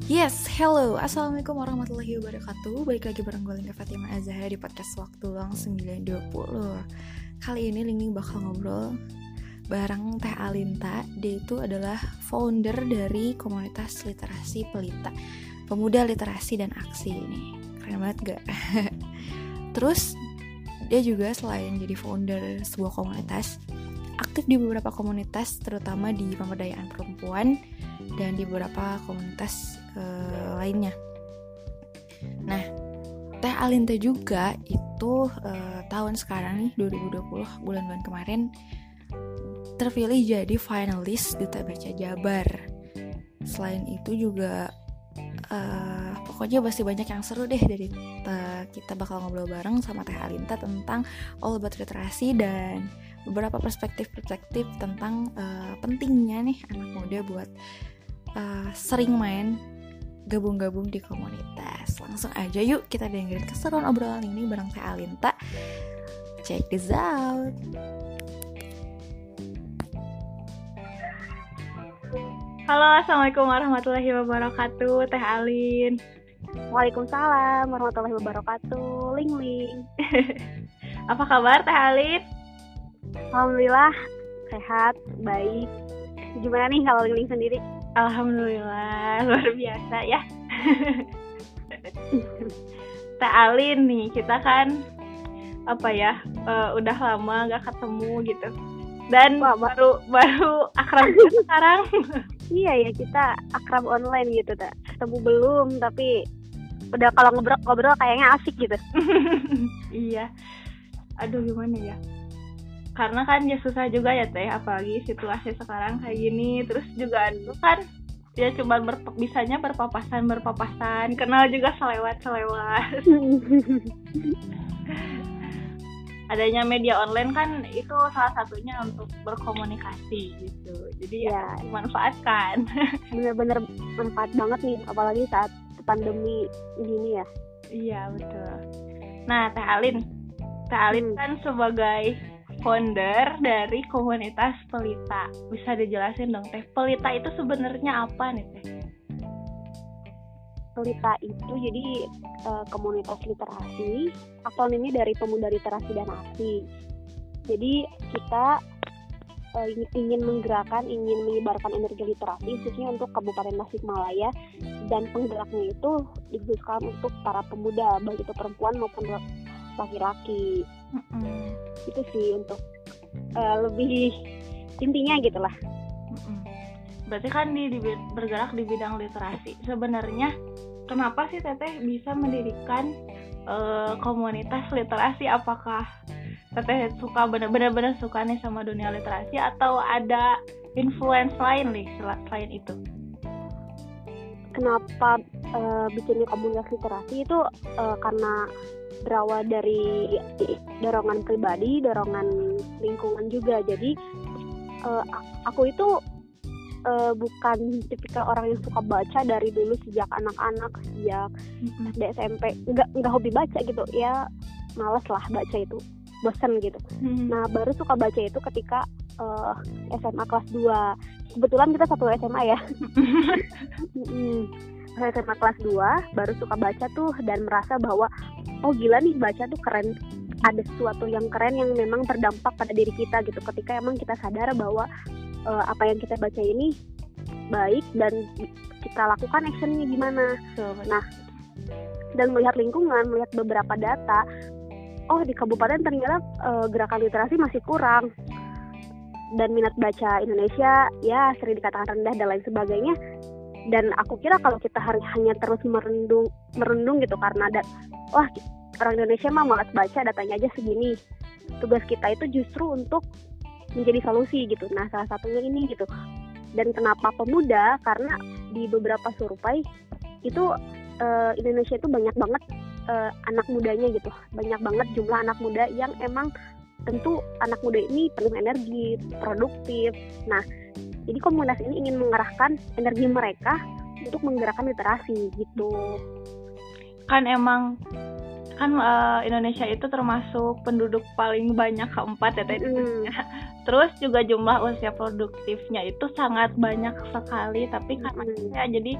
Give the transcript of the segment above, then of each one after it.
Yes, hello. Assalamualaikum warahmatullahi wabarakatuh. Balik lagi bareng gue Lingga Fatima Azahra di podcast Waktu Luang 920. Kali ini Ling bakal ngobrol bareng Teh Alinta. Dia itu adalah founder dari komunitas literasi Pelita, Pemuda Literasi dan Aksi. Nih, keren banget gak? Terus dia juga selain jadi founder sebuah komunitas, aktif di beberapa komunitas, terutama di pemberdayaan perempuan dan di beberapa komunitas lainnya. Nah, Teh Alinta juga itu tahun sekarang nih 2020 bulan-bulan kemarin terpilih jadi finalis Duta Baca Jabar. Selain itu juga pokoknya pasti banyak yang seru deh dari kita bakal ngobrol bareng sama Teh Alinta tentang all about literasi dan beberapa perspektif tentang pentingnya nih anak muda buat sering main gabung-gabung di komunitas. Langsung aja yuk kita dengerin keseruan obrolan ini bareng Teh Alinta. Check this out. Halo, assalamualaikum warahmatullahi wabarakatuh, Teh Alin. Waalaikumsalam warahmatullahi wabarakatuh, Ling. Apa kabar Teh Alin? Alhamdulillah sehat, baik. Gimana nih kalau Ling sendiri? Alhamdulillah, luar biasa ya. Teh Alin nih, kita kan udah lama gak ketemu gitu. Dan baru akrab sekarang. Iya ya, kita akrab online gitu, tak ketemu belum, tapi udah kalau ngobrol kayaknya asik gitu. Iya. Aduh gimana ya? Karena kan ya susah juga ya Teh, apalagi situasi sekarang kayak gini. Terus juga itu kan dia cuma bisanya berpapasan, kenal juga selewat. Adanya media online kan itu salah satunya untuk berkomunikasi gitu. Jadi ya dimanfaatkan. Bener-bener manfaat banget nih, apalagi saat pandemi gini ya. Iya betul. Nah Teh Alin kan sebagai founder dari komunitas Pelita. Bisa dijelasin dong Teh, Pelita itu sebenarnya apa nih Teh? Pelita itu jadi komunitas literasi, akronimnya dari Pemuda Literasi dan Aksi. Jadi kita ingin menyebarkan energi literasi khususnya untuk Kabupaten Tasikmalaya, dan penggeraknya itu dikhususkan untuk para pemuda, baik itu perempuan maupun laki-laki. Itu sih untuk lebih intinya gitulah. Berarti kan bergerak di bidang literasi. Sebenarnya kenapa sih Teteh bisa mendirikan komunitas literasi? Apakah Teteh suka benar-benar suka nih sama dunia literasi, atau ada influence lain nih selain itu? Kenapa bikinnya komunitas literasi itu karena berawal dari dorongan pribadi, dorongan lingkungan juga. Jadi aku itu bukan tipikal orang yang suka baca dari dulu, sejak anak-anak, sejak SD SMP nggak hobi baca gitu ya, malas lah baca itu, bosan gitu. Nah baru suka baca itu ketika SMA kelas 2. Kebetulan kita satu SMA ya. SMA kelas 2 baru suka baca tuh, dan merasa bahwa oh gila nih, baca tuh keren, ada sesuatu yang keren yang memang berdampak pada diri kita gitu, ketika emang kita sadar bahwa apa yang kita baca ini baik dan kita lakukan actionnya gimana. Nah, dan melihat lingkungan, melihat beberapa data, oh di kabupaten ternyata gerakan literasi masih kurang, dan minat baca Indonesia ya sering dikatakan rendah dan lain sebagainya. Dan aku kira kalau kita hanya terus merundung gitu, karena orang Indonesia mah malas baca, datanya aja segini. Tugas kita itu justru untuk menjadi solusi gitu. Nah salah satunya ini gitu. Dan kenapa pemuda? Karena di beberapa survei itu Indonesia itu banyak banget anak mudanya gitu, banyak banget jumlah anak muda yang emang, tentu anak muda ini penuh energi, produktif. Nah jadi komunitas ini ingin mengarahkan energi mereka untuk menggerakkan literasi gitu. Kan Indonesia itu termasuk penduduk paling banyak keempat ya Teh. Terus juga jumlah usia produktifnya itu sangat banyak sekali, tapi karena jadi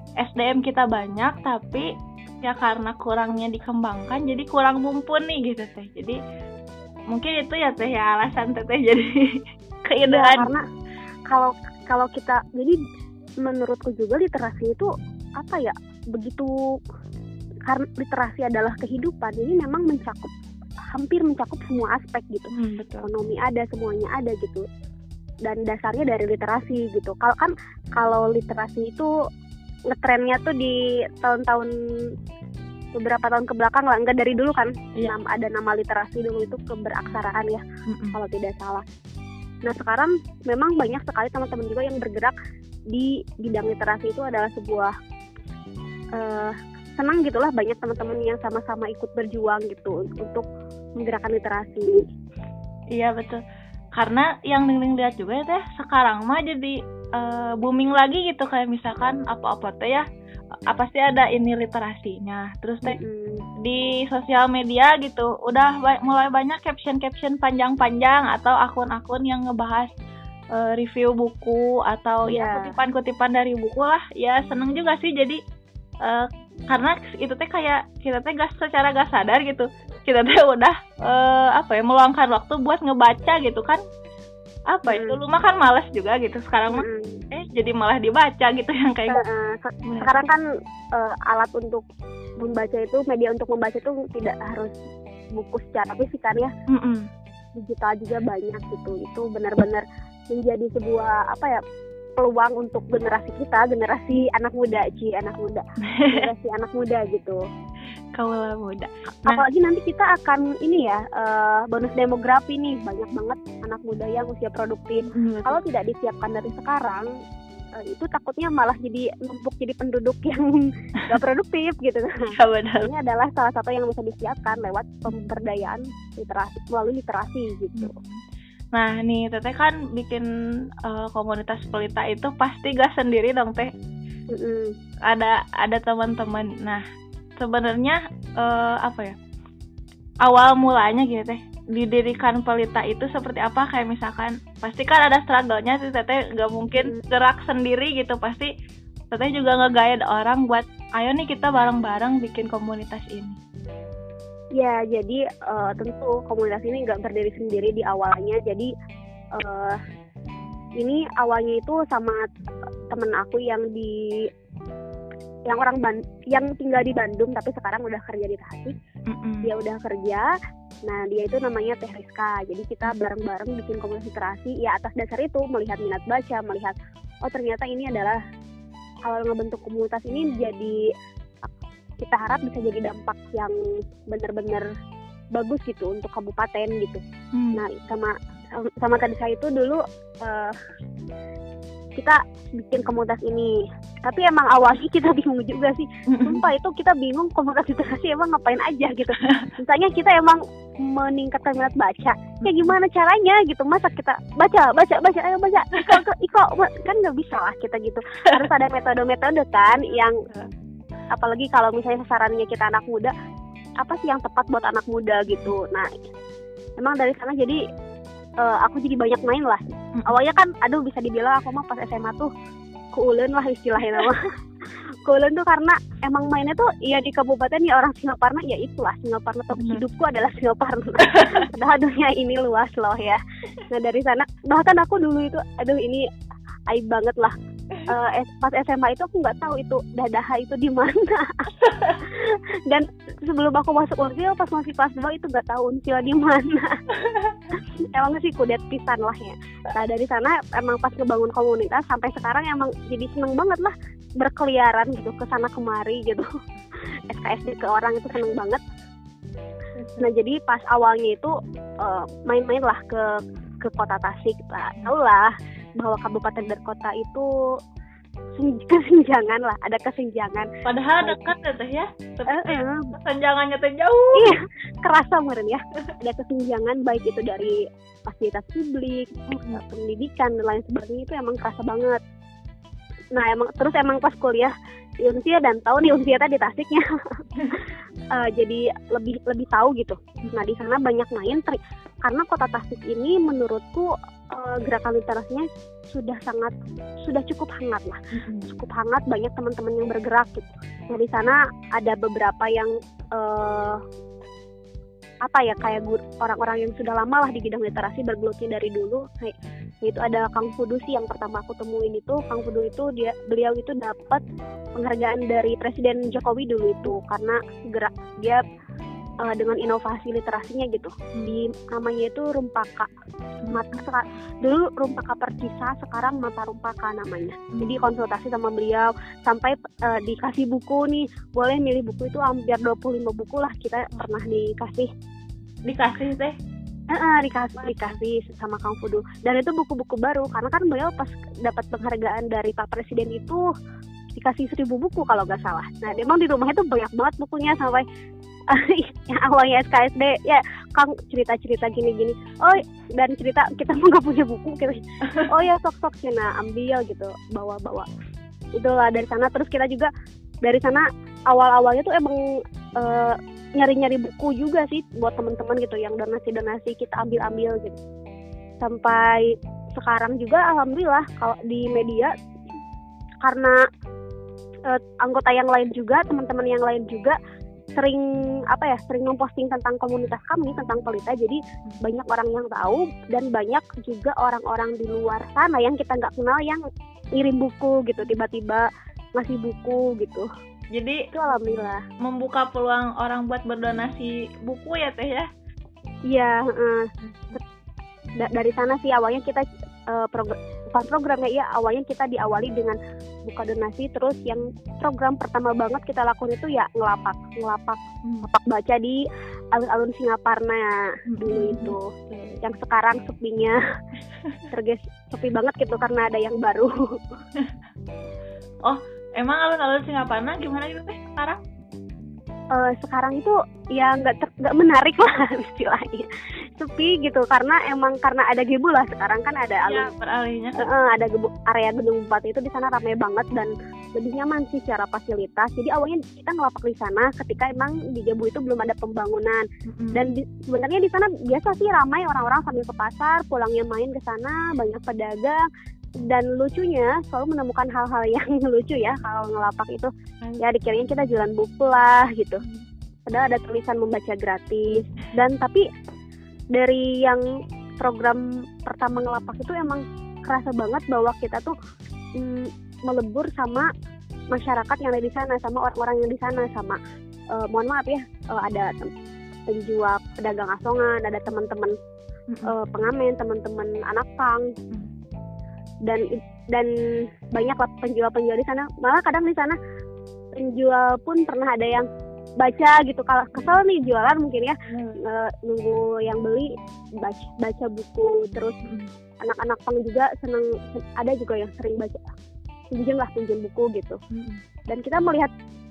SDM kita banyak tapi ya karena kurangnya dikembangkan jadi kurang mumpuni gitu teh. Jadi mungkin itu ya teh ya alasan teh jadi keindahan. Karena kalau kita, jadi menurutku juga literasi itu apa ya, begitu, karena literasi adalah kehidupan, jadi memang hampir mencakup semua aspek gitu. Betul. Ekonomi ada, semuanya ada gitu, dan dasarnya dari literasi gitu. Kalau literasi itu ngetrennya tuh di tahun-tahun beberapa tahun kebelakang lah, enggak dari dulu kan. Ada nama literasi dulu itu keberaksaraan ya, kalau tidak salah. Nah sekarang memang banyak sekali teman-teman juga yang bergerak di bidang literasi. Itu adalah sebuah senang gitulah, banyak teman-teman yang sama-sama ikut berjuang gitu untuk menggerakkan literasi. Iya betul. Karena yang Ningning lihat juga ya teh, sekarang mah jadi booming lagi gitu, kayak misalkan apa-apa teh ya apa sih ada ini literasinya. Terus teh di sosial media gitu udah mulai banyak caption panjang-panjang atau akun-akun yang ngebahas review buku atau ya kutipan-kutipan dari buku lah. Ya seneng juga sih, jadi karena itu teh kayak kita teh secara gak sadar gitu, kita teh udah meluangkan waktu buat ngebaca gitu kan. Dulu mah kan males juga gitu, sekarang mah jadi malah dibaca gitu yang kayak sekarang kan alat untuk membaca itu, media untuk membaca itu tidak harus buku secara fisik kan ya. Digital juga banyak gitu. Itu benar-benar menjadi sebuah peluang untuk generasi kita, generasi anak muda generasi anak muda gitu. Kaula muda. Apalagi nanti kita akan ini ya, bonus demografi nih, banyak banget anak muda yang usia produktif. Kalau tidak disiapkan dari sekarang, itu takutnya malah jadi numpuk jadi penduduk yang gak produktif gitu. Ini adalah salah satu yang bisa disiapkan lewat pemberdayaan literasi, melalui literasi gitu. Nah nih teteh kan bikin komunitas pelita itu pasti gak sendiri dong teh. Ada teman-teman. Nah sebenarnya awal mulanya gitu teh, didirikan pelita itu seperti apa? Kayak misalkan pasti kan ada struggle-nya sih teteh, gak mungkin gerak sendiri gitu. Pasti teteh juga nge-guide orang buat ayo nih kita bareng-bareng bikin komunitas ini. Ya, jadi tentu komunitas ini nggak berdiri sendiri di awalnya. Jadi ini awalnya itu sama temen aku yang yang tinggal di Bandung tapi sekarang udah kerja di Tasik. Dia udah kerja. Nah, dia itu namanya Teh Rizka. Jadi kita bareng-bareng bikin komunitas literasi. Ya atas dasar itu, melihat minat baca, melihat ternyata ini adalah kalau ngebentuk komunitas ini, jadi kita harap bisa jadi dampak yang benar-benar bagus gitu untuk kabupaten gitu. Nah sama tadi saya itu dulu kita bikin komunitas ini, tapi emang awalnya kita bingung juga sih. Sumpah itu kita bingung komunitas literasi emang ngapain aja gitu. Misalnya kita emang meningkatkan minat baca, ya gimana caranya gitu? Masa kita baca, ayo baca, iko kan nggak bisa lah kita gitu. Harus ada metode-metode kan yang apalagi kalau misalnya sasarannya kita anak muda, apa sih yang tepat buat anak muda gitu. Nah emang dari sana jadi aku jadi banyak main lah. Awalnya kan bisa dibilang aku mah pas SMA tuh keuleun lah istilahnya nama. Keuleun tuh karena emang mainnya tuh ya di kabupaten ya orang Singaparna, ya itulah Singaparna, tuh hidupku adalah Singaparna. Padahal dunia ini luas loh ya. Nah dari sana bahkan aku dulu itu ini aib banget lah. Pas SMA itu aku nggak tahu itu dadaha itu di mana. Dan sebelum aku masuk Unsil, pas masih kelas 2 itu nggak tahu Unsil di mana. Emang sih kudet pisan lah ya. Nah dari sana emang pas ngebangun komunitas sampai sekarang emang jadi seneng banget lah berkeliaran gitu ke sana kemari gitu. SKSD ke orang itu seneng banget. Nah jadi pas awalnya itu main-main lah ke kota Tasik. Nah, tau lah bahwa kabupaten dan kota itu kesenjangan lah, ada kesenjangan. Padahal dekat ya teh ya, tapi kesenjangannya teh jauh. Iya, kerasa meren ya. Ada kesenjangan baik itu dari fasilitas publik, pendidikan dan lain sebagainya, itu emang kerasa banget. Nah emang pas kuliah di Unsia dan tahu di Unsia di Tasiknya, jadi lebih tahu gitu. Nah di sana banyak main karena kota Tasik ini menurutku gerakan literasinya sudah cukup hangat lah, cukup hangat, banyak teman-teman yang bergerak gitu. Nah di sana ada beberapa yang kayak orang-orang yang sudah lama lah di bidang literasi, bergelutnya dari dulu. Itu ada Kang Fudu sih yang pertama aku temuin itu. Kang Fudu itu beliau itu dapat penghargaan dari Presiden Jokowi dulu itu karena dia dengan inovasi literasinya gitu. Di namanya itu Rumpaka. Dulu Rumpaka Perkisa, sekarang Mata Rumpaka namanya. Jadi konsultasi sama beliau sampai dikasih buku nih, boleh milih buku itu hampir 25 buku lah kita pernah dikasih teh. Dikasih sama Kang Fudu. Dan itu buku-buku baru karena kan beliau pas dapat penghargaan dari Pak Presiden itu dikasih 1000 buku kalau nggak salah. Nah memang di rumah itu banyak banget bukunya sampai yang awalnya SKSD ya Kang cerita-cerita gini-gini. Oh dan cerita kita mau nggak punya buku kita. Oh ya sok-sok Cina ambil gitu, bawa-bawa. Itulah dari sana. Terus kita juga dari sana awal-awalnya tuh emang nyari-nyari buku juga sih buat teman-teman gitu yang donasi-donasi kita ambil-ambil gitu. Sampai sekarang juga alhamdulillah kalau di media karena anggota yang lain juga, teman-teman yang lain juga sering memposting tentang komunitas kami, tentang Pelita. Jadi banyak orang yang tahu dan banyak juga orang-orang di luar sana yang kita nggak kenal yang ngirim buku gitu, tiba-tiba ngasih buku gitu. Jadi itu alhamdulillah membuka peluang orang buat berdonasi buku ya teh ya. Iya, dari sana sih awalnya kita programnya ya awalnya kita diawali dengan buka donasi. Terus yang program pertama banget kita lakukan itu ya ngelapak baca di alun-alun Singaparna dulu itu. Yang sekarang sepinya sepi banget gitu karena ada yang baru. Oh, emang alun-alun Singaparna gimana gitu teh sekarang? Sekarang itu ya nggak menarik lah istilahnya, sepi gitu karena ada gebu lah. Sekarang kan ada alun beralihnya ada area gedung 4 itu di sana ramai banget dan lebih nyaman sih secara fasilitas. Jadi awalnya kita ngelapak di sana ketika emang di gebu itu belum ada pembangunan. Dan sebenarnya di sana biasa sih ramai orang-orang sambil ke pasar, pulangnya main ke sana, banyak pedagang. Dan lucunya selalu menemukan hal-hal yang lucu ya kalau ngelapak itu. Ya dikiranya kita jualan buku lah gitu, padahal ada tulisan membaca gratis. Dan tapi dari yang program pertama ngelapak itu emang kerasa banget bahwa kita tuh melebur sama masyarakat yang ada di sana, sama orang-orang yang di sana, sama mohon maaf ya, ada penjual pedagang asongan, ada teman-teman pengamen, teman-teman anak pang. Dan banyak lah penjual-penjual di sana. Malah kadang di sana penjual pun pernah ada yang baca gitu, kalau kesel nih jualan mungkin ya, nunggu yang beli baca buku. Terus anak-anak pang juga seneng, ada juga yang sering baca, pinjam buku gitu. Dan kita melihat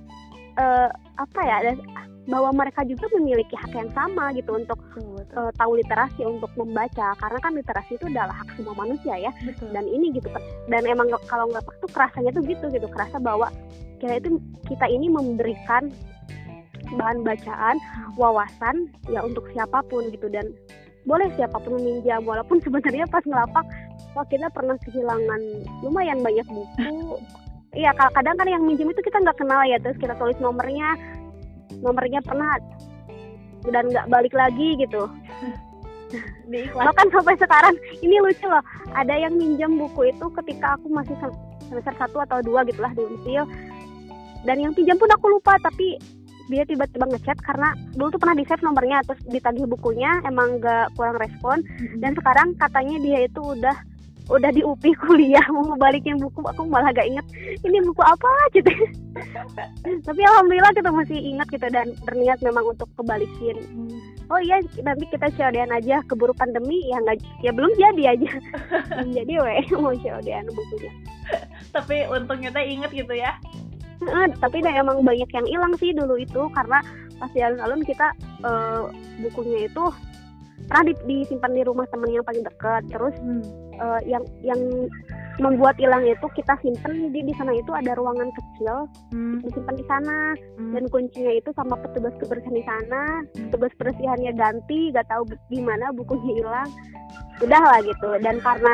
bahwa mereka juga memiliki hak yang sama gitu untuk tahu literasi, untuk membaca, karena kan literasi itu adalah hak semua manusia ya. Betul. Dan ini gitu, dan emang kalau ngelapak tuh kerasanya tuh gitu kerasa bahwa kita ini memberikan bahan bacaan, wawasan ya untuk siapapun gitu, dan boleh siapapun meminjam. Walaupun sebenarnya pas ngelapak kita pernah kehilangan lumayan banyak buku. Iya, kadang kan yang minjem itu kita nggak kenal ya, terus kita tulis nomornya pernah dan nggak balik lagi gitu. Bahkan sampai sekarang ini lucu loh, ada yang minjem buku itu ketika aku masih semester 1 atau 2 gitulah di Unsil, dan yang pinjam pun aku lupa, tapi dia tiba-tiba ngechat karena dulu tuh pernah di save nomornya, terus ditagih bukunya, emang nggak kurang respon. Dan sekarang katanya dia itu udah di UPI kuliah, mau balikin buku. Aku malah gak inget ini buku apa gitu. Tapi alhamdulillah kita masih ingat gitu dan berniat memang untuk kebalikin. Oh iya, nanti kita COD-an aja, keburu pandemi ya belum jadi aja. Jadi mau COD-an bukunya. Tapi untungnya teh inget gitu ya. Tapi emang banyak yang hilang sih dulu itu, karena pas di alun-alun kita bukunya itu pernah disimpan di rumah temen yang paling dekat. Terus yang membuat hilang itu kita simpen di sana, itu ada ruangan kecil disimpan di sana, dan kuncinya itu sama petugas kebersihan di sana. Petugas kebersihannya ganti, gak tahu gimana bukunya hilang. udah lah gitu. Dan karena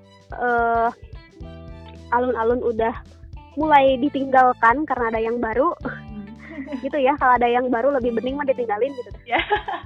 alun-alun udah mulai ditinggalkan karena ada yang baru gitu ya, kalau ada yang baru lebih bening mah ditinggalin gitu ya.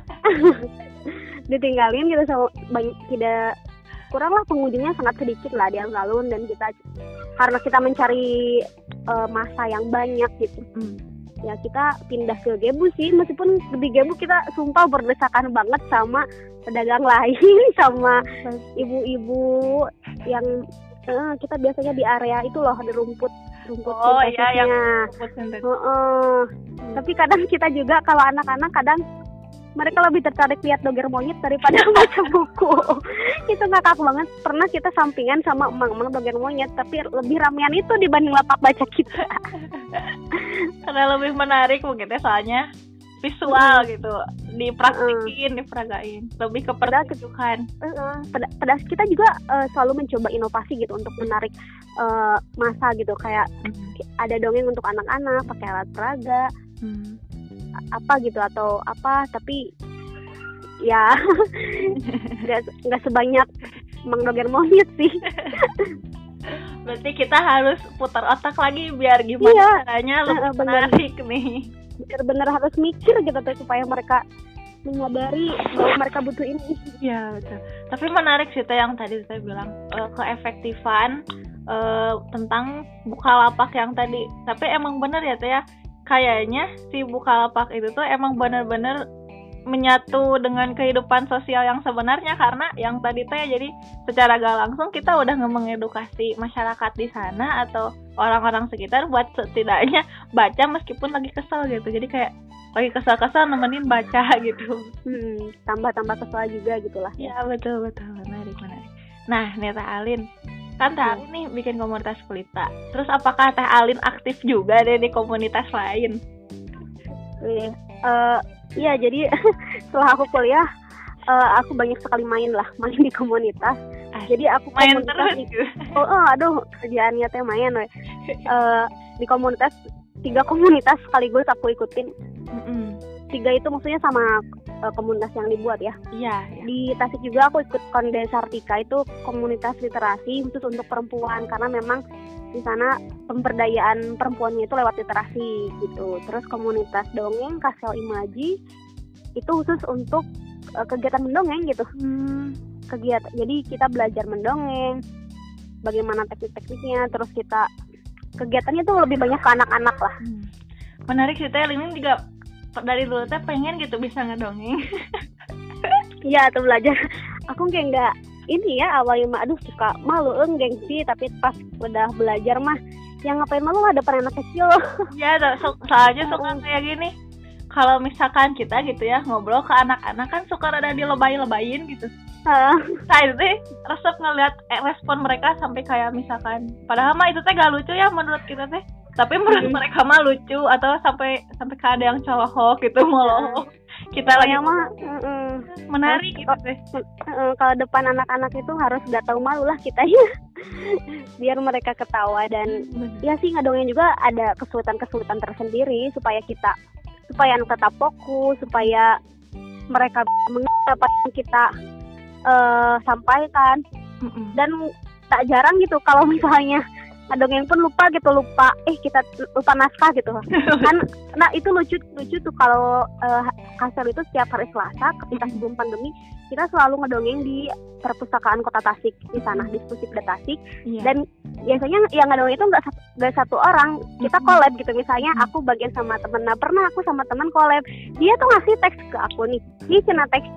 Ditinggalin gitu, so, tidak kurang lah, pengunjungnya sangat sedikit lah di alun-alun. Dan kita karena kita mencari masa yang banyak gitu, ya kita pindah ke Gebu sih. Meskipun di Gebu kita sumpah berdesakan banget sama pedagang lain sama ibu-ibu yang kita biasanya di area itu loh, di rumput iya, yang rumput Tapi kadang kita juga kalau anak-anak kadang mereka lebih tertarik lihat doger monyet daripada baca buku. Itu ngakak banget. Pernah kita sampingan sama emang-emang doger monyet, tapi lebih ramean itu dibanding lapak baca kita. Karena lebih menarik mungkin soalnya visual gitu, dipraktikin, diperagain, lebih ke pertunjukan. Pada kita juga selalu mencoba inovasi gitu untuk menarik masa gitu, kayak ada dongeng untuk anak-anak pakai alat peraga, apa gitu atau apa, tapi ya nggak sebanyak Mang Doger Monyet sih. Berarti kita harus putar otak lagi biar gimana caranya lebih menarik nih. Benar-benar harus mikir gitu tuh supaya mereka menyadari bahwa mereka butuh ini. Iya betul. Tapi menarik sih teh yang tadi saya bilang keefektifan tentang Bukalapak yang tadi. Tapi emang benar ya teh ya, kayaknya si Bukalapak itu tuh emang benar-benar menyatu dengan kehidupan sosial yang sebenarnya, karena yang tadi teh jadi secara gak langsung kita udah mengedukasi masyarakat di sana atau orang-orang sekitar buat setidaknya baca meskipun lagi kesel gitu. Jadi kayak lagi kesel-kesel nemenin baca gitu. Tambah kesel juga gitulah. Ya betul menarik. Nah Teh Alin, kan Teh Alin nih bikin komunitas Kulita. Terus apakah Teh Alin aktif juga deh di komunitas lain? Iya, jadi setelah aku kuliah aku banyak sekali main di komunitas. Jadi aku main komunitas terus. Kerjaannya teh main di komunitas, 3 komunitas sekaligus aku ikutin. 3 itu maksudnya sama komunitas yang dibuat ya. Iya. Di Tasik juga aku ikut Kondesartika, itu komunitas literasi khusus untuk perempuan, karena memang di sana pemberdayaan perempuannya itu lewat literasi gitu. Terus komunitas dongeng Kasel Imaji itu khusus untuk kegiatan mendongeng gitu. Kegiatan, jadi kita belajar mendongeng, bagaimana teknik-tekniknya, terus kita kegiatannya tuh lebih banyak ke anak-anak lah. Menarik sih teh, ini juga dari dulu teh pengen gitu bisa ngedongeng. Iya, tuh belajar. Aku kayak nggak ini ya, awalnya mah suka malu gengsi, tapi pas udah belajar mah yang ngapain malu lah depan anak kecil. Iya, soalnya suka kayak gini. Kalau misalkan kita gitu ya ngobrol ke anak-anak kan suka rada dilebay-lebayin gitu. Nah itu teh resep ngeliat respon mereka sampai kayak misalkan, padahal mah itu teh gak lucu ya menurut kita teh, tapi menurut mereka mah lucu, atau sampai ada yang colok gitu molo. Kita lagi mah menarik gitu teh. Kalau depan anak-anak itu harus gak tahu malu lah kita ya. Biar mereka ketawa. Dan ya sih ngedongeng juga ada kesulitan-kesulitan tersendiri supaya anak tetap fokus, supaya mereka mengerti apa yang kita sampaikan. Dan tak jarang gitu kalau misalnya dongeng pun lupa kita lupa naskah gitu kan. Nah itu lucu tuh kalau Kasel itu setiap hari Selasa ketika sebelum pandemi kita selalu ngedongeng di perpustakaan Kota Tasik di sana, diskusi pada Tasik. Dan biasanya yang ngedongeng itu nggak satu orang, kita collab gitu. Misalnya aku bagian sama temen, nah pernah aku sama teman collab, dia tuh ngasih teks ke aku nih cina teks.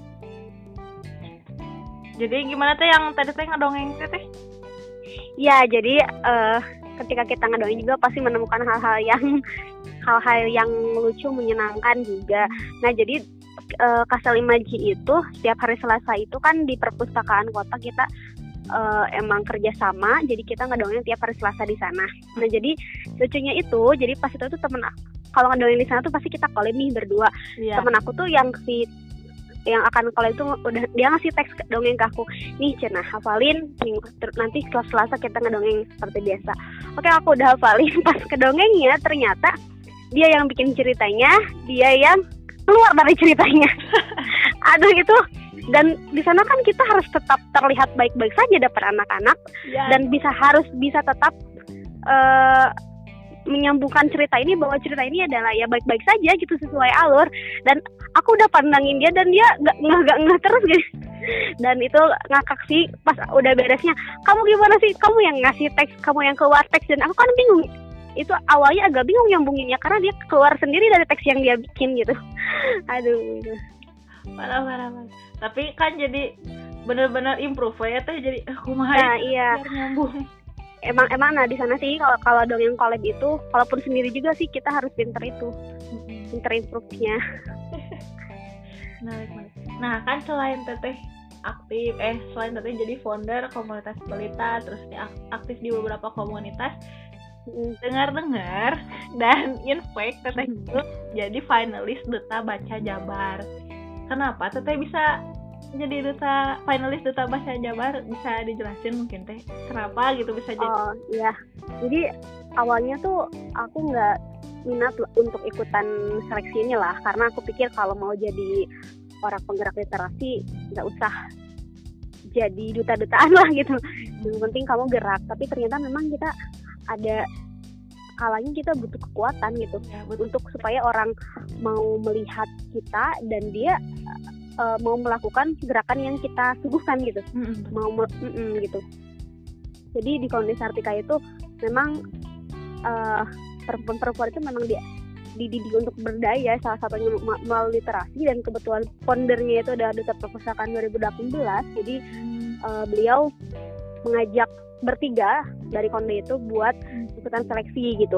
Jadi gimana teh yang tadi teh ngedongeng teh? Ya, jadi ketika kita ngedongeng juga pasti menemukan hal-hal yang lucu, menyenangkan juga. Nah, jadi Kasel Imaji itu setiap hari Selasa itu kan di perpustakaan kota kita emang kerjasama, jadi kita ngedongeng tiap hari Selasa di sana. Nah, jadi lucunya itu, jadi pas itu tuh temen kalau ngedongeng di sana tuh pasti kita collab nih berdua. Temen aku tuh yang akan kalau itu udah dia ngasih teks dongeng ke aku, nih cenah hafalin nanti setelah Selasa kita ngedongeng seperti biasa. Oke, aku udah hafalin. Pas kedongengnya ternyata dia yang bikin ceritanya, dia yang keluar dari ceritanya. Aduh, itu Dan di sana kan kita harus tetap terlihat baik-baik saja depan anak-anak dan harus bisa tetap menyambungkan cerita ini bahwa cerita ini adalah ya baik-baik saja gitu sesuai alur. Dan aku udah pandangin dia dan dia nggak terus guys. Dan itu ngakak sih pas udah beresnya. Kamu gimana sih? Kamu yang ngasih teks, kamu yang keluar teks, dan aku kan bingung. Itu awalnya agak bingung nyambunginnya karena dia keluar sendiri dari teks yang dia bikin gitu. Aduh. Parah. Tapi kan jadi bener-bener improve ya teh, jadi kumaha nah, iya. biar nyambung. Emang nah di sana sih kalau dongeng collab itu walaupun sendiri juga sih kita harus pinter improve-nya. Nah kan selain teteh aktif selain teteh jadi founder komunitas Pelita, terus aktif di beberapa komunitas, dengar dan in fact teteh itu jadi finalis Duta Baca Jabar. Kenapa teteh bisa jadi finalis Duta Baca Jabar? Bisa dijelasin mungkin teh kenapa gitu bisa jadi? Oh iya, jadi awalnya tuh aku nggak minat untuk ikutan seleksi ini lah, karena aku pikir kalau mau jadi orang penggerak literasi nggak usah jadi duta-dutaan lah gitu, yang penting kamu gerak. Tapi ternyata memang kita ada kalanya kita butuh kekuatan gitu ya, untuk supaya orang mau melihat kita dan dia mau melakukan gerakan yang kita suguhkan gitu. Gitu. Jadi di Komunitas Artika itu memang perempuan-perempuan itu memang dididik untuk berdaya, salah satunya melalui literasi, dan kebetulan foundernya itu adalah Duta Perpustakaan 2018. Jadi beliau mengajak bertiga dari Konde itu buat ikutan seleksi gitu.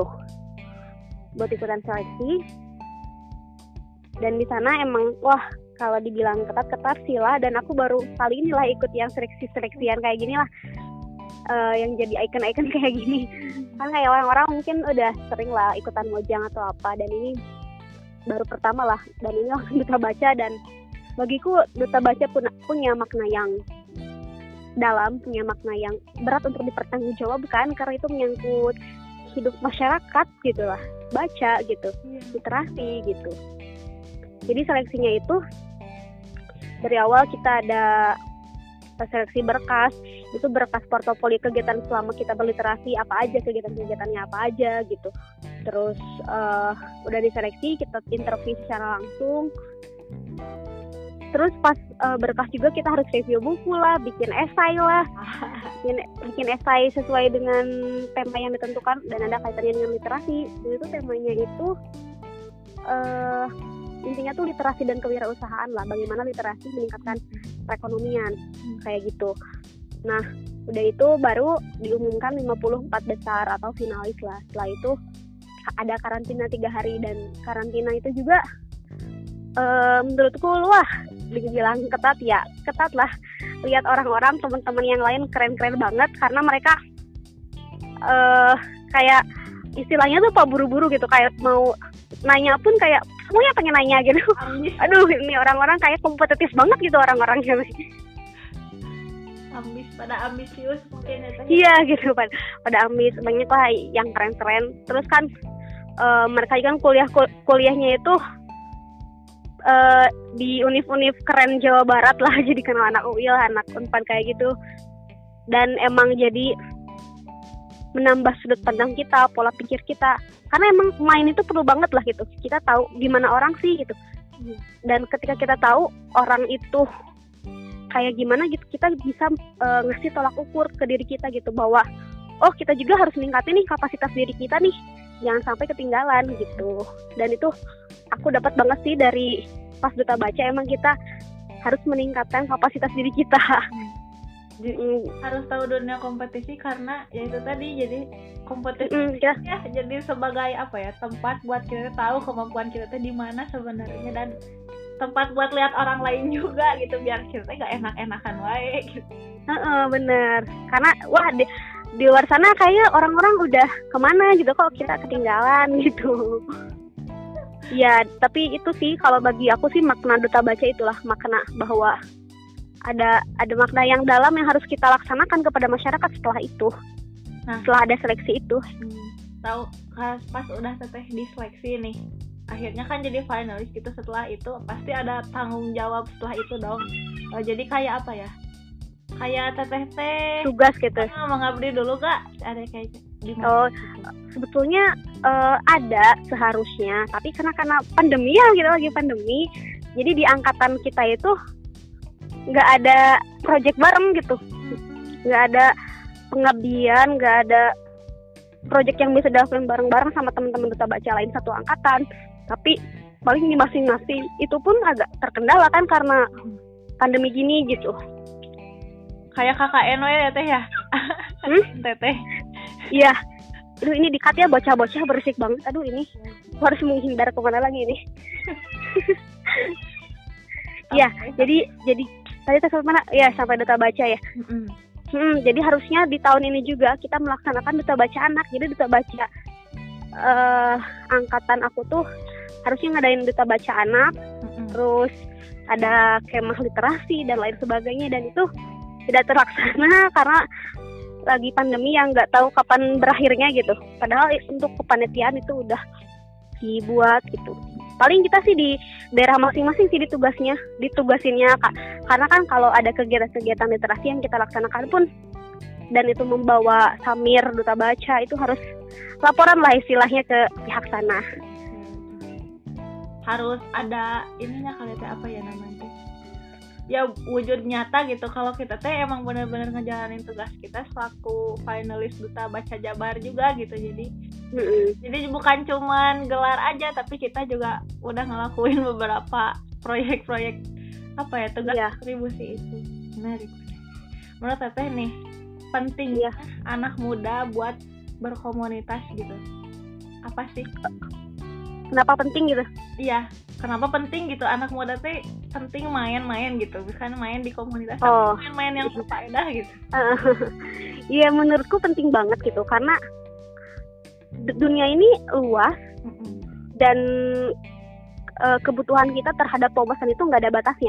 Dan di sana emang kalau dibilang ketat sih lah, dan aku baru kali ini lah ikut yang seleksian kayak gini lah, yang jadi icon kayak gini. Kan kayak orang-orang mungkin udah sering lah ikutan Mojang atau apa, dan ini baru pertama lah, dan ini langsung Duta Baca. Dan bagiku Duta Baca punya makna yang dalam, punya makna yang berat untuk dipertanggungjawabkan, karena itu menyangkut hidup masyarakat gitu lah, baca gitu, literasi gitu. Jadi seleksinya itu dari awal kita ada seleksi berkas, itu berkas portofolio kegiatan selama kita berliterasi apa aja, kegiatan-kegiatannya apa aja gitu. Terus udah diseleksi, kita interview secara langsung. Terus pas berkas juga kita harus review buku lah, bikin esai lah, bikin esai sesuai dengan tema yang ditentukan dan ada kaitannya dengan literasi. Jadi itu temanya itu intinya tuh literasi dan kewirausahaan lah, bagaimana literasi meningkatkan perekonomian kayak gitu. Nah udah itu baru diumumkan 54 besar atau finalis lah. Setelah itu ada karantina 3 hari, dan karantina itu juga menurutku dibilang ketat lah. Lihat orang-orang teman-teman yang lain keren-keren banget, karena mereka kayak istilahnya tuh buru-buru gitu, kayak mau nanya pun kayak semuanya pengen nanya gitu. Aduh, ini orang-orang kayak kompetitif banget gitu orang-orangnya. Pada ambisius mungkin ya. Iya gitu, pada ambis, banyak lah yang keren-keren. Terus kan mereka kan kuliahnya itu di univ-univ keren Jawa Barat lah, jadi kenal anak UIL, anak Unpad kayak gitu. Dan emang jadi menambah sudut pandang kita, pola pikir kita, karena emang main itu perlu banget lah gitu. Kita tahu gimana orang sih gitu, dan ketika kita tahu orang itu kayak gimana gitu, kita bisa ngasih tolak ukur ke diri kita gitu, bahwa kita juga harus meningkatin nih kapasitas diri kita nih, jangan sampai ketinggalan gitu. Dan itu aku dapat banget sih dari pas Duta Baca, emang kita harus meningkatkan kapasitas diri kita. Harus tahu dunia kompetisi, karena ya itu tadi, jadi kompetisi ya jadi sebagai tempat buat kita tahu kemampuan kita di mana sebenarnya, dan tempat buat lihat orang lain juga gitu, biar kita gak enak-enakan wae gitu. Bener, karena di luar sana kayaknya orang-orang udah kemana gitu, kok kita ketinggalan gitu. Ya tapi itu sih kalau bagi aku sih makna Duta Baca itulah, makna bahwa ada makna yang dalam yang harus kita laksanakan kepada masyarakat setelah itu. Setelah ada seleksi itu. Tahu pas udah teteh diseleksi nih, akhirnya kan jadi finalis gitu. Setelah itu pasti ada tanggung jawab setelah itu dong. Jadi kayak apa ya, kayak teteh tugas gitu. Mengabdi dulu gak ada kayak Oh gitu. Sebetulnya ada seharusnya, tapi karena pandemi ya, kita lagi pandemi, jadi di angkatan kita itu nggak ada project bareng gitu, nggak ada pengabdian, nggak ada project yang bisa dilakukan bareng-bareng sama teman-teman duta baca lain satu angkatan. Tapi paling di masing-masing itu pun agak terkendala kan karena pandemi gini gitu. Kayak KKN ya teh ya. Teteh. Iya. Aduh ini dikat ya, bocah-bocah berisik banget. Aduh ini harus menghindar kemana lagi ini. Iya, jadi tadi sampai mana? Ya sampai duta baca ya. Jadi harusnya di tahun ini juga kita melaksanakan duta baca anak. Jadi duta baca angkatan aku tuh harusnya ngadain duta baca anak. Terus ada kemah literasi dan lain sebagainya, dan itu tidak terlaksana karena lagi pandemi yang nggak tahu kapan berakhirnya gitu. Padahal untuk kepanitiaan itu udah dibuat gitu. Paling kita sih di daerah masing-masing sih ditugasinnya Kak. Karena kan kalau ada kegiatan-kegiatan literasi yang kita laksanakan pun dan itu membawa samir duta baca, itu harus laporan lah istilahnya ke pihak sana. Harus ada ininya kali teh, apa ya namanya? Ya wujud nyata gitu kalau kita teh emang benar-benar ngejalanin tugas kita selaku finalis duta baca Jabar juga gitu. Jadi bukan cuman gelar aja, tapi kita juga udah ngelakuin beberapa proyek-proyek apa ya, tugas kontribusi itu. Menarik. Menurut teteh nih penting anak muda buat berkomunitas gitu. Apa sih? Kenapa penting gitu? Iya, kenapa penting gitu anak muda teh penting main-main gitu, bukan main di komunitas, main-main yang berfaedah gitu. Iya, menurutku penting banget gitu karena dunia ini luas dan kebutuhan kita terhadap wawasan itu nggak ada batasnya.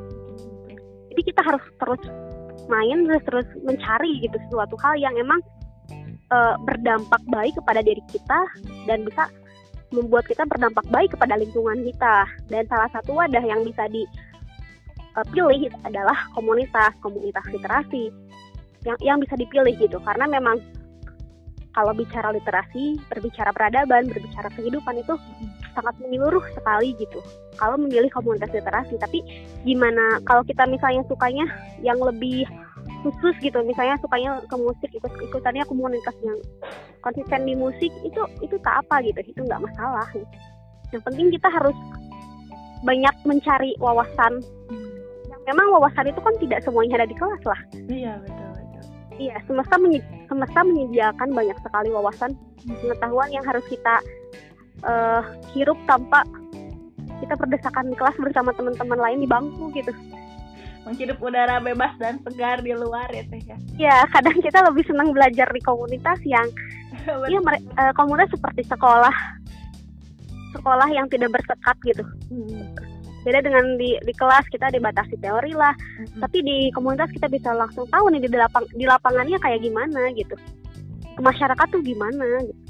Jadi kita harus terus main, terus mencari gitu sesuatu hal yang emang berdampak baik kepada diri kita dan bisa membuat kita berdampak baik kepada lingkungan kita. Dan salah satu wadah yang bisa dipilih adalah komunitas literasi yang bisa dipilih gitu. Karena memang kalau bicara literasi, berbicara peradaban, berbicara kehidupan itu sangat menyeluruh sekali gitu. Kalau memilih komunitas literasi, tapi gimana kalau kita misalnya sukanya yang lebih khusus gitu, misalnya sukanya ke musik, ikutannya komunitas yang konsisten di musik, itu tak apa gitu, itu nggak masalah. Yang penting kita harus banyak mencari wawasan. Yang memang wawasan itu kan tidak semuanya ada di kelas lah. Iya, betul. Iya, semesta menyediakan banyak sekali wawasan pengetahuan yang harus kita hirup tanpa kita berdesakan di kelas bersama teman-teman lain di bangku gitu. Menghirup udara bebas dan segar di luar ya teh ya. Ya, kadang kita lebih senang belajar di komunitas yang komunitas seperti sekolah yang tidak bersekat gitu. Beda dengan di kelas kita dibatasi teori lah, tapi di komunitas kita bisa langsung tahu nih di lapangannya kayak gimana gitu. Ke masyarakat tuh gimana gitu.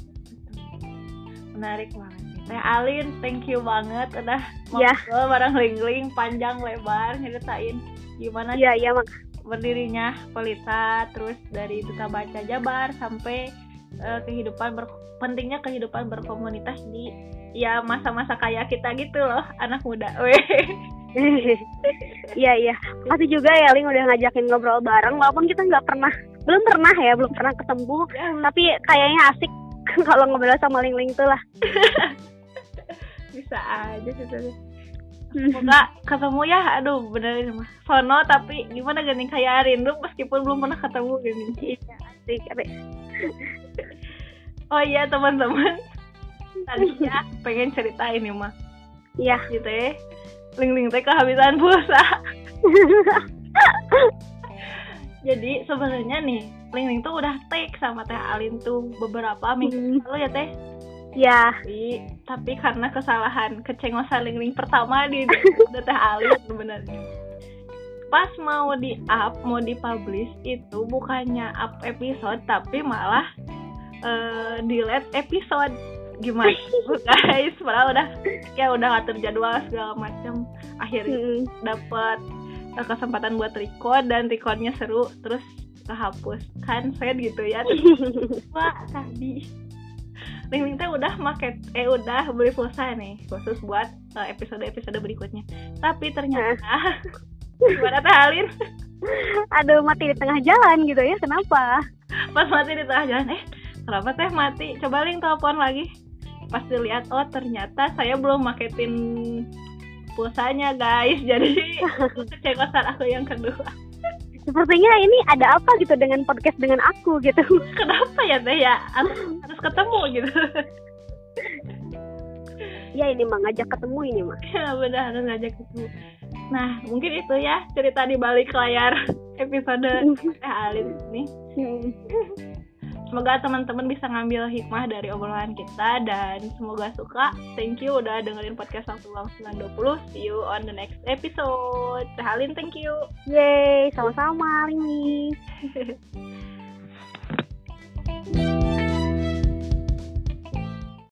Menarik banget. Teh Alin, thank you banget udah ngobrol bareng Lingling panjang lebar nyeritain gimana berdirinya Pelita, terus dari duta baca Jabar sampai pentingnya kehidupan berkomunitas di ya masa-masa kayak kita gitu loh, anak muda. Iya. Makasih juga ya Ling udah ngajakin ngobrol bareng, walaupun kita belum pernah ketemu, tapi kayaknya asik kalau ngobrol sama Ling tuh lah. Bisa aja sih. Semoga ketemu ya. Aduh bener mah sono, tapi gimana gini kayak rindu meskipun belum pernah ketemu gini. Iya asik. Oh iya teman-teman, tadinya pengen cerita ini mah. Iya gitu ya. Ling teh kehabisan pulsa. Jadi sebenarnya nih Ling tuh udah take sama Teh Alin tuh beberapa minggu lalu ya Teh. Ya. Tapi karena kesalahan kecengosan Ling pertama di Teh Alin sebenarnya. Pas mau dipublish itu bukannya up episode, tapi malah delete episode. gimana guys, padahal udah ngatur jadwal segala macam, akhirnya dapat kesempatan buat record dan recordnya seru, terus kehapus kan sad gitu ya. Wah tadi Ling teh udah beli pulsa nih khusus buat episode berikutnya, tapi ternyata gimana teh Alin? Aduh, mati di tengah jalan gitu ya, kenapa? Pas mati di tengah jalan, kenapa teh mati? Coba Ling telepon lagi. Pas dilihat, oh ternyata saya belum maketin pulsanya guys, jadi kecekosan aku yang kedua. Sepertinya ini ada apa gitu dengan podcast dengan aku gitu. Kenapa ya teh ya? Harus ketemu gitu. Ya ini mah ngajak ketemu ini mah. Ya benar, harus ngajak ketemu. Nah mungkin itu ya cerita di balik layar episode Alin ini. Semoga teman-teman bisa ngambil hikmah dari obrolan kita dan semoga suka. Thank you udah dengerin podcast Waktu Luang 920. See you on the next episode. Alin, thank you. Yeay, sama-sama Lini.